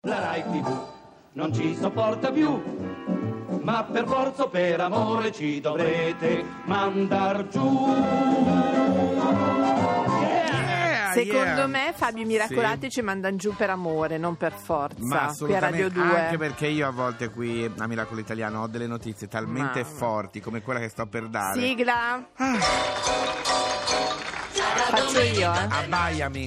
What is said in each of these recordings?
La Rai TV non ci sopporta più, ma per forza o per amore ci dovrete mandar giù. Secondo me Fabio Miracolati ci mandano giù per amore, non per forza. Ma qui a Radio 2. Anche perché io a volte qui a Miracolo Italiano ho delle notizie talmente forti come quella che sto per dare. Sigla. Faccio io, Abbaiami.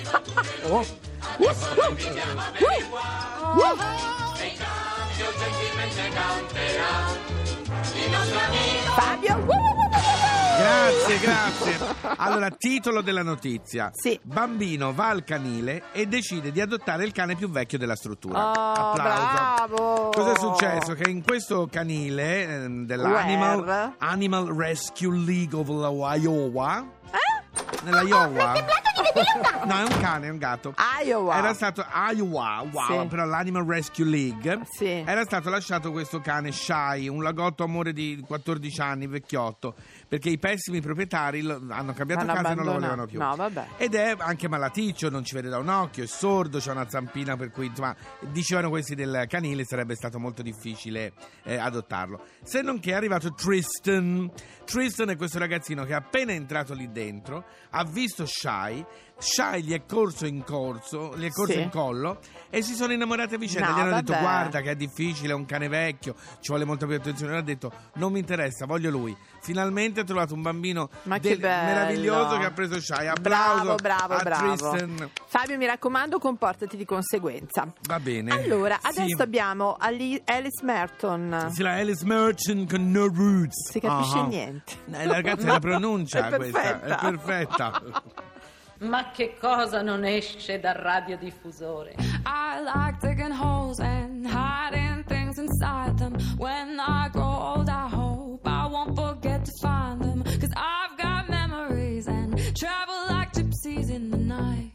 Fabio. Grazie. Allora, titolo della notizia. Sì. Bambino va al canile e decide di adottare il cane più vecchio della struttura. Oh, Applauso. bravo. Cosa è successo? Che in questo canile dell'Animal Rescue League of Iowa, nella Iowa. No, è un cane, è un gatto. Iowa. Era stato Iowa, Sì. però l'Animal Rescue League. Sì. Era stato lasciato questo cane Shy, un lagotto amore di 14 anni, vecchiotto, perché i pessimi proprietari hanno cambiato casa e non lo volevano più. No, vabbè. Ed è anche malaticcio, non ci vede da un occhio, è sordo, c'ha una zampina, per cui insomma, dicevano questi del canile sarebbe stato molto difficile adottarlo. Se non che è arrivato Tristan. Tristan è questo ragazzino che è appena entrato lì dentro, ha visto Shy gli è corso in collo e si sono innamorati a vicenda. No, gli hanno detto: vabbè. guarda che è difficile, è un cane vecchio, ci vuole molta più attenzione. Lui ha detto: non mi interessa, voglio lui. Finalmente ha trovato un bambino meraviglioso che ha preso Shy. Applauso bravo. a Tristan. Fabio, mi raccomando, comportati di conseguenza. Va bene. Allora, Sì. adesso abbiamo Alice Merton. Sì, la Alice Merton con No Roots. Si capisce niente. Ragazzi, la pronuncia È questa perfetta. è perfetta. Ma che cosa non esce dal radiodiffusore? I like digging holes and hiding things inside them. When I grow old, I hope I won't forget to find them. 'Cause I've got memories and travel like gypsies in the night.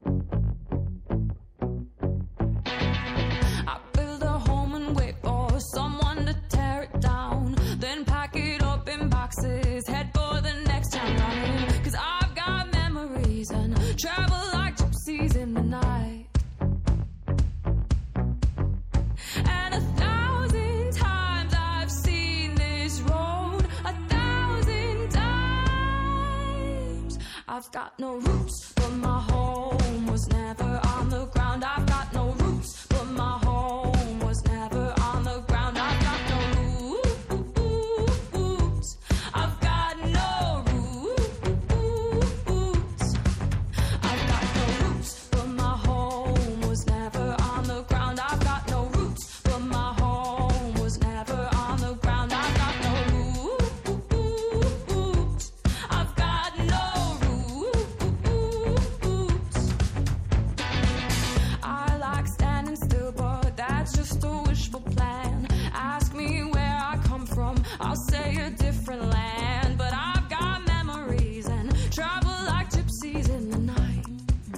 I build a home and wait for someone to tear it down. Then pack it up in boxes, head for the next town running. 'Cause I've got memories and travel like gypsies in the night. And 1,000 times I've seen this road, 1,000 times. I've got no roots, but my home was never on the ground. I've got no roots, but my home was never on the ground. I've got no roots. I've got no roots. I've got no roots, but my home was never on the ground. I've got no roots, but my home was never on the ground. I've got no roots. I've got no roots. I like standing still, but that's just a wishful plan. Ask me where I come from, I'll say a different land. But I've got memories and travel like gypsies in the night.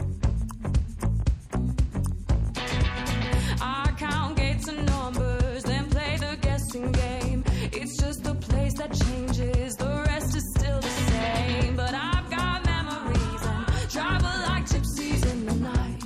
I count gates and numbers, then play the guessing game. It's just the place that changes, the rest is still the same. But I've got memories and travel like gypsies in the night.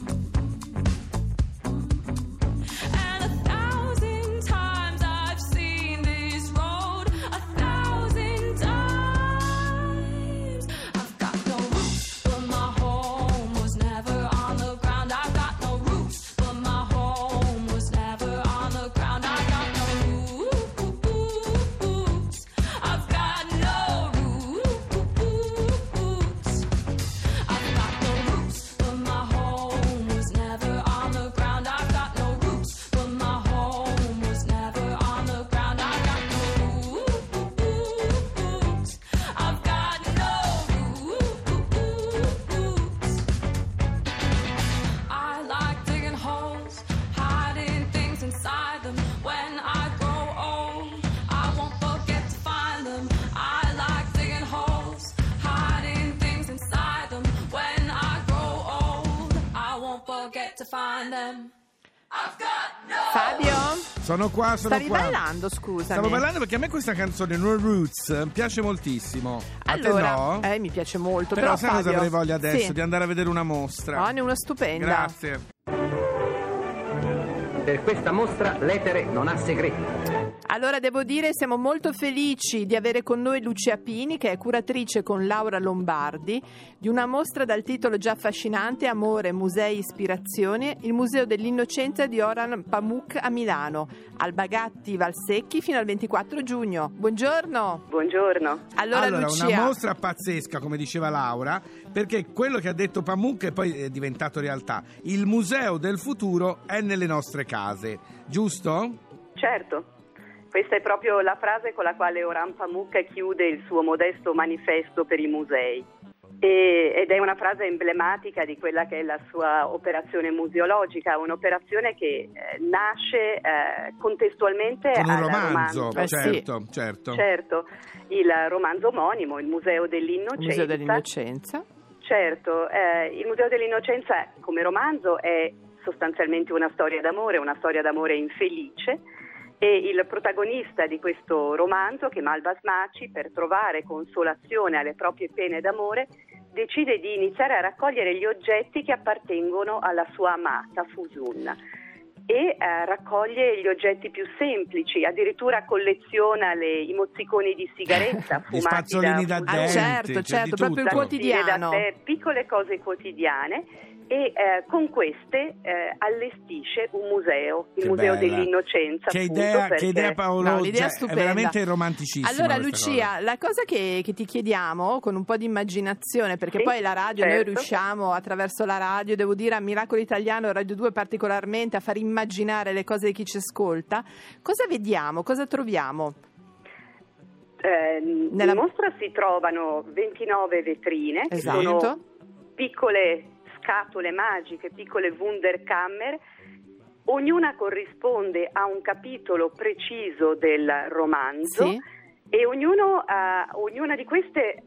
And 1,000 times I've seen this road, 1,000 times. I've got no roots, but my home was never on the ground. I've got no roots, but my home was never on the ground. I've got no roots. I've got no roots. I've got no roots, but my home was never on the ground. I've got no roots, but my home was never on the ground. I've got no roots. I've got no roots. I like digging holes, hiding things inside them. When I grow old, I won't forget to find them. I like digging holes, hiding things inside them. When I grow old, I won't forget to find them. I've got no. Fabio? Sono qua. Stavi ballando, scusami. Stavo ballando perché a me questa canzone No Roots piace moltissimo. Allora, a te no? Mi piace molto. Però sai cosa Fabio, avrei voglia adesso? sì. Di andare a vedere una mostra. Ne è una stupenda. Grazie. Per questa mostra l'etere non ha segreti. Allora devo dire siamo molto felici di avere con noi Lucia Pini, che è curatrice con Laura Lombardi di una mostra dal titolo già affascinante Amore, Musei, Ispirazione, il Museo dell'Innocenza di Orhan Pamuk a Milano, al Bagatti Valsecchi fino al 24 giugno. Buongiorno. Buongiorno. Allora Lucia, una mostra pazzesca, come diceva Laura, perché quello che ha detto Pamuk e poi è diventato realtà. Il museo del futuro è nelle nostre case, giusto? Certo. Questa è proprio la frase con la quale Orhan Pamuk chiude il suo modesto manifesto per i musei. Ed è una frase emblematica di quella che è la sua operazione museologica, un'operazione che nasce contestualmente con un al romanzo. Sì. Certo, il romanzo omonimo, il Museo dell'Innocenza. Certo, il Museo dell'Innocenza come romanzo è sostanzialmente una storia d'amore infelice. E il protagonista di questo romanzo, Kemal Basmaci, per trovare consolazione alle proprie pene d'amore, decide di iniziare a raccogliere gli oggetti che appartengono alla sua amata Fusun e raccoglie gli oggetti più semplici, addirittura colleziona i mozziconi di sigaretta fumati gli spazzolini da denti, certo, proprio il quotidiano, piccole cose quotidiane. E con queste allestisce un museo, il Museo dell'Innocenza. Che idea Paolo, no, l'idea è è veramente romanticissima. Allora Lucia, la cosa che ti chiediamo con un po' di immaginazione, perché poi la radio, certo, noi riusciamo attraverso la radio, devo dire a Miracolo Italiano, Radio 2 particolarmente, a far immaginare le cose di chi ci ascolta. Cosa vediamo? Cosa troviamo? Nella mostra si trovano 29 vetrine, che sono piccole scatole magiche, piccole Wunderkammer, ognuna corrisponde a un capitolo preciso del romanzo, sì, e ognuna di queste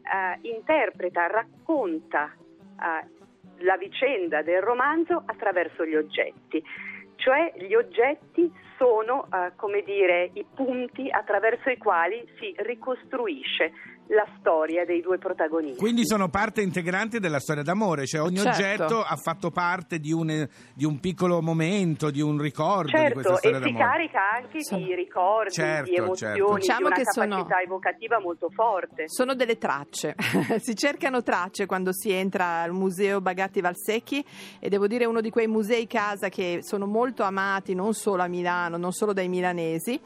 racconta la vicenda del romanzo attraverso gli oggetti. Cioè gli oggetti sono, i punti attraverso i quali si ricostruisce la storia dei due protagonisti. Quindi sono parte integrante della storia d'amore, cioè ogni oggetto ha fatto parte di un piccolo momento, di un ricordo di questa storia d'amore. E si carica anche di ricordi, di emozioni, diciamo di una che capacità evocativa molto forte. Sono delle tracce, si cercano tracce quando si entra al museo Bagatti Valsecchi, e devo dire uno di quei musei casa che sono molto amati non solo a Milano, non solo dai milanesi,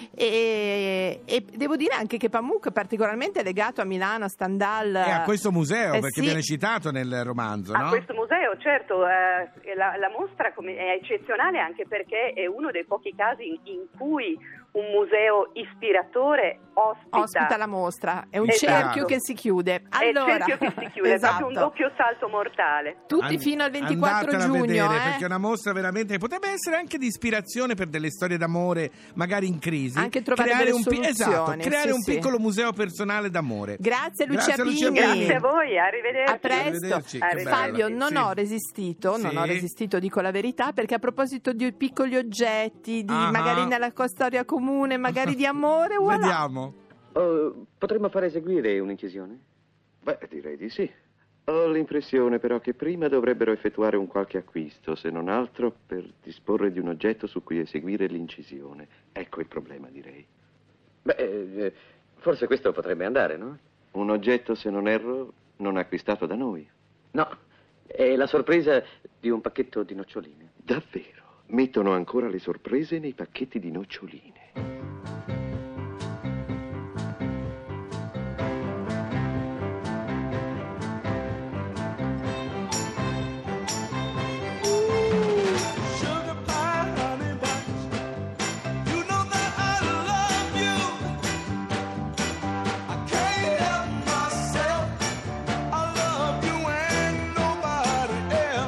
e devo dire anche che Pamuk particolarmente è legato a Milano, a Stendhal e a questo museo, perché sì, viene citato nel romanzo, no? A questo museo, certo, la mostra è eccezionale anche perché è uno dei pochi casi in cui un museo ispiratore ospita la mostra, è un cerchio che si chiude. Allora, è il cerchio che si chiude, è proprio un doppio salto mortale. Tutti fino al 24 giugno, vedere, perché è una mostra veramente, potrebbe essere anche di ispirazione per delle storie d'amore magari in crisi, anche trovare delle soluzioni, creare un piccolo museo personale d'amore. Grazie Lucia Pini. Grazie a voi, arrivederci. A presto. Fabio, non ho resistito, dico la verità, perché a proposito di piccoli oggetti, magari nella storia comune, magari di amore, voilà. Vediamo. Potremmo fare eseguire un'incisione? Beh, direi di sì. Ho l'impressione però che prima dovrebbero effettuare un qualche acquisto, se non altro per disporre di un oggetto su cui eseguire l'incisione. Ecco il problema, direi. Beh, forse questo potrebbe andare, no? Un oggetto, se non erro, non acquistato da noi. No, è la sorpresa di un pacchetto di noccioline. Davvero? Mettono ancora le sorprese nei pacchetti di noccioline.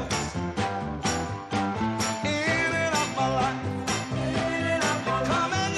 Come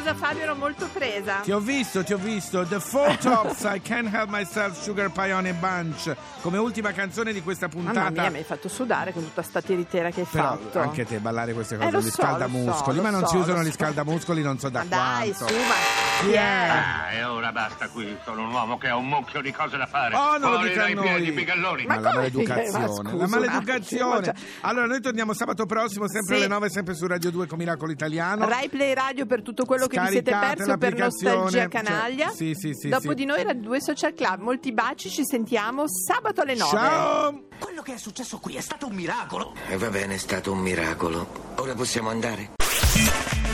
Scusa Fabio, ero molto presa. Ti ho visto. The Four Tops, I Can't Help Myself, Sugar Pie on a Bunch, come ultima canzone di questa puntata. Mamma mia, mi hai fatto sudare con tutta sta tiritera che hai Però fatto. anche te ballare queste cose, gli lo scaldamuscoli, so, ma non si usano lo gli scaldamuscoli, non so da ma dai, quanto. su, ma chi è? E ora basta qui, sono un uomo che ha un mucchio di cose da fare. Oh, non lo Fuori dica a dai noi. piedi, pigalloni. Ma la come maleducazione, scusa, la un maleducazione. attimo, Allora, noi torniamo sabato prossimo, sempre alle 9, sempre su Radio 2 con Miracolo Italiano. Rai Play Radio per tutto quello che vi siete Scaricate perso per Nostalgia Canaglia. Cioè, sì, Dopo di noi Radio 2 Social Club. Molti baci, ci sentiamo sabato alle 9. Ciao! Quello che è successo qui è stato un miracolo. E va bene, è stato un miracolo. Ora possiamo andare?